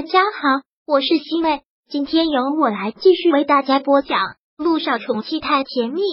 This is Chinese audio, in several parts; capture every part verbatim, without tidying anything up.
大家好，我是西妹，今天由我来继续为大家播讲《陆少宠妻太甜蜜》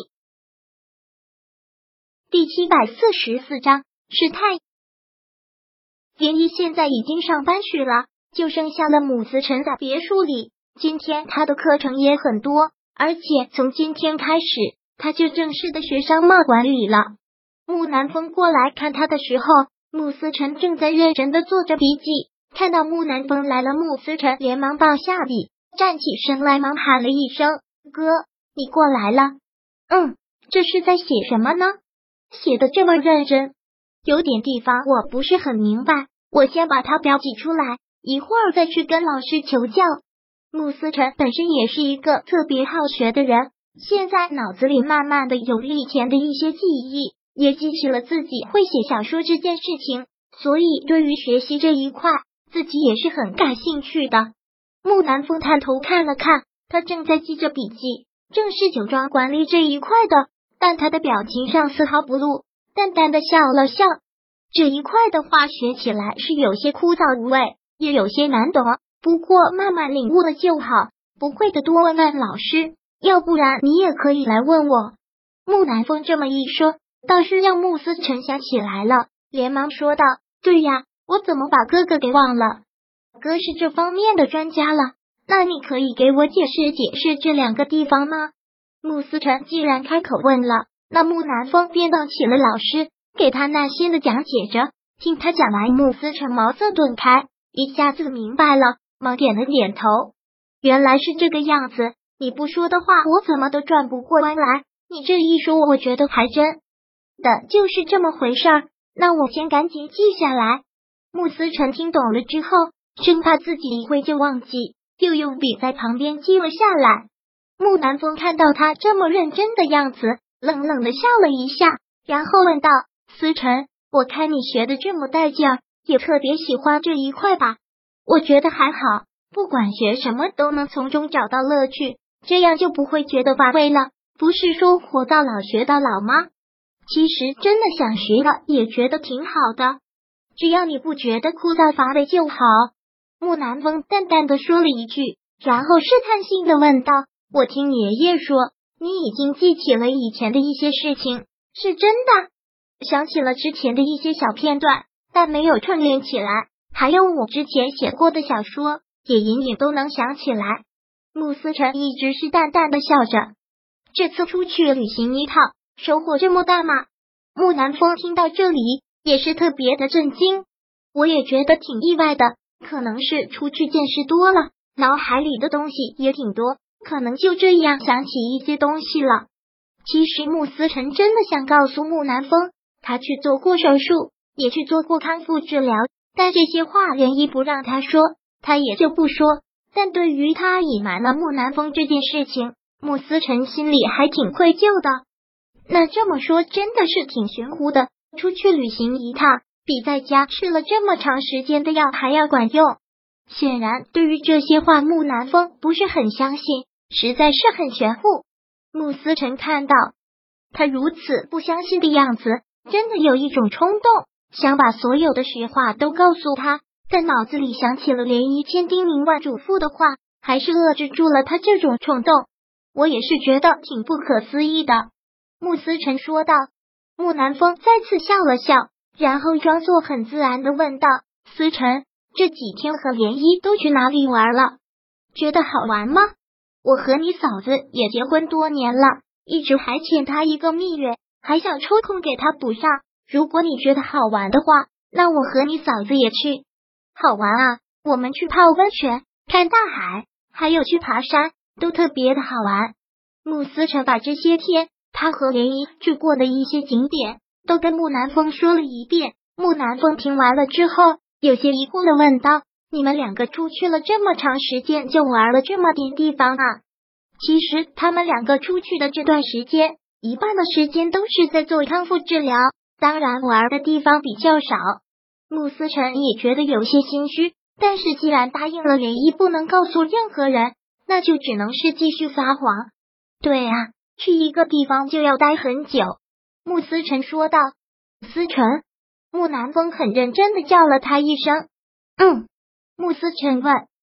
第七百四十四章是太。连依现在已经上班去了，就剩下了姆思辰在别墅里。今天他的课程也很多，而且从今天开始，他就正式的学商贸管理了。木南风过来看他的时候，穆思辰正在认真的做着笔记。看到木南风来了，穆思辰连忙放下笔，站起身来，忙喊了一声：“哥，你过来了。”嗯，这是在写什么呢？写的这么认真，有点地方我不是很明白，我先把它标记出来，一会儿再去跟老师求教。穆思辰本身也是一个特别好学的人，现在脑子里慢慢的有了以前的一些记忆，也记起了自己会写小说这件事情，所以对于学习这一块，自己也是很感兴趣的。木南风探头看了看，他正在记着笔记，正是酒庄管理这一块的，但他的表情上丝毫不露，淡淡的笑了笑。这一块的话学起来是有些枯燥无味，也有些难懂，不过慢慢领悟了就好，不会的多问问老师，要不然你也可以来问我。木南风这么一说，倒是让穆思辰想起来了，连忙说道：“对呀，我怎么把哥哥给忘了？哥是这方面的专家了，那你可以给我解释解释这两个地方吗？”穆思辰既然开口问了，那木南风便当起了老师，给他耐心的讲解着。听他讲完，穆思辰茅塞顿开，一下子明白了，忙点了点头。原来是这个样子，你不说的话，我怎么都转不过弯来。你这一说，我觉得还真的就是这么回事儿。那我先赶紧记下来。穆思辰听懂了之后，生怕自己一会就忘记，又用笔在旁边记了下来。木南风看到他这么认真的样子，冷冷的笑了一下，然后问道：“思辰，我看你学的这么带劲儿，也特别喜欢这一块吧？”我觉得还好，不管学什么都能从中找到乐趣，这样就不会觉得乏味了。不是说活到老学到老吗？其实真的想学了，也觉得挺好的，只要你不觉得枯燥乏味就好。木南风淡淡的说了一句，然后试探性的问道：“我听爷爷说，你已经记起了以前的一些事情，是真的？”想起了之前的一些小片段，但没有串联起来，还有我之前写过的小说，也隐隐都能想起来。穆思辰一直是淡淡的笑着。这次出去旅行一趟，收获这么大吗？木南风听到这里也是特别的震惊，我也觉得挺意外的，可能是出去见识多了，脑海里的东西也挺多，可能就这样想起一些东西了。其实穆思辰真的想告诉木南风，他去做过手术，也去做过康复治疗，但这些话人一不让他说，他也就不说。但对于他隐瞒了木南风这件事情，穆思辰心里还挺愧疚的。那这么说真的是挺玄乎的，出去旅行一趟，比在家吃了这么长时间的药还要管用。显然对于这些话木南风不是很相信，实在是很玄乎。穆思辰看到他如此不相信的样子，真的有一种冲动，想把所有的实话都告诉他，但脑子里想起了连一千叮咛万嘱咐的话，还是遏制住了他这种冲动。我也是觉得挺不可思议的，穆思辰说道。木南风再次笑了笑，然后装作很自然的问道：“思辰，这几天和涟漪都去哪里玩了？觉得好玩吗？我和你嫂子也结婚多年了，一直还欠她一个蜜月，还想抽空给她补上。如果你觉得好玩的话，那我和你嫂子也去。”好玩啊，我们去泡温泉，看大海，还有去爬山，都特别的好玩。穆思辰把这些天他和涟漪去过的一些景点都跟木南风说了一遍。木南风听完了之后，有些疑惑的问道：“你们两个出去了这么长时间，就玩了这么点地方啊？”其实他们两个出去的这段时间，一半的时间都是在做康复治疗，当然玩的地方比较少。穆思辰也觉得有些心虚，但是既然答应了涟漪不能告诉任何人，那就只能是继续撒谎。对啊，去一个地方就要待很久。穆思辰说道。思辰，木南风很认真的叫了他一声。嗯。穆思辰问，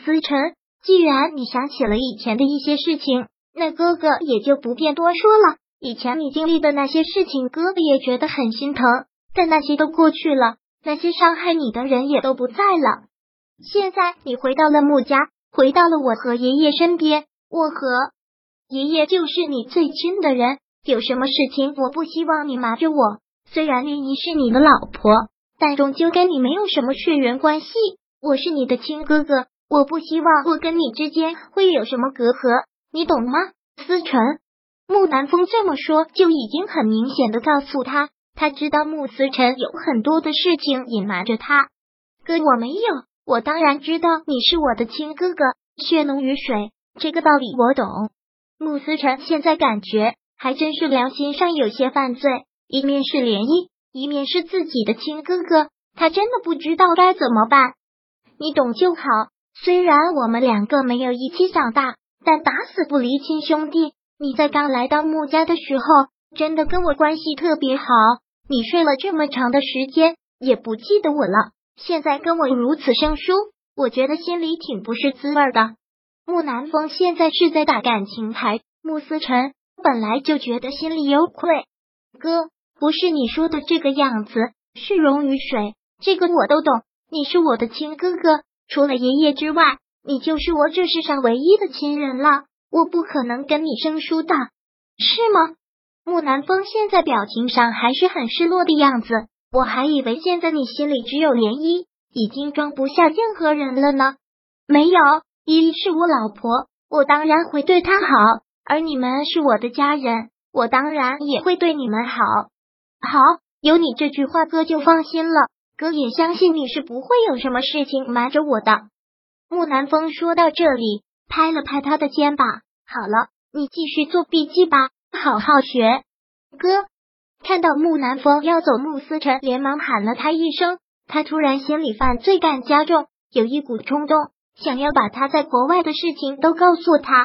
思辰，既然你想起了以前的一些事情，那哥哥也就不便多说了。以前你经历的那些事情，哥哥也觉得很心疼，但那些都过去了，那些伤害你的人也都不在了。现在你回到了穆家，回到了我和爷爷身边，我和爷爷就是你最亲的人，有什么事情我不希望你瞒着我。虽然林姨是你的老婆，但终究跟你没有什么血缘关系，我是你的亲哥哥，我不希望我跟你之间会有什么隔阂，你懂吗？思辰。穆南风这么说就已经很明显的告诉他，他知道穆思辰有很多的事情隐瞒着他。哥，我没有，我当然知道你是我的亲哥哥，血浓于水，这个道理我懂。穆思辰现在感觉还真是良心上有些犯罪，一面是涟漪，一面是自己的亲哥哥，他真的不知道该怎么办。你懂就好，虽然我们两个没有一起长大，但打死不离亲兄弟。你在刚来到穆家的时候，真的跟我关系特别好，你睡了这么长的时间，也不记得我了。现在跟我如此生疏，我觉得心里挺不是滋味的。穆南风现在是在打感情牌，穆思辰本来就觉得心里有愧。哥，不是你说的这个样子，血溶于水，这个我都懂。你是我的亲哥哥，除了爷爷之外，你就是我这世上唯一的亲人了。我不可能跟你生疏的，是吗？穆南风现在表情上还是很失落的样子，我还以为现在你心里只有涟漪，已经装不下任何人了呢。没有，依依是我老婆，我当然会对她好，而你们是我的家人，我当然也会对你们好。好，有你这句话哥就放心了，哥也相信你是不会有什么事情瞒着我的。穆南风说到这里，拍了拍他的肩膀，好了，你继续做笔记吧，好好学。哥，看到穆南风要走，穆思辰连忙喊了他一声，他突然心里犯罪感加重，有一股冲动，想要把他在国外的事情都告诉他。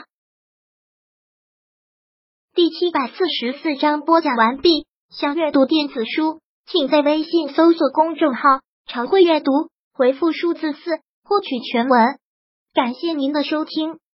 第七百四十四章播讲完毕。想阅读电子书，请在微信搜索公众号常会阅读，回复数字四获取全文。感谢您的收听。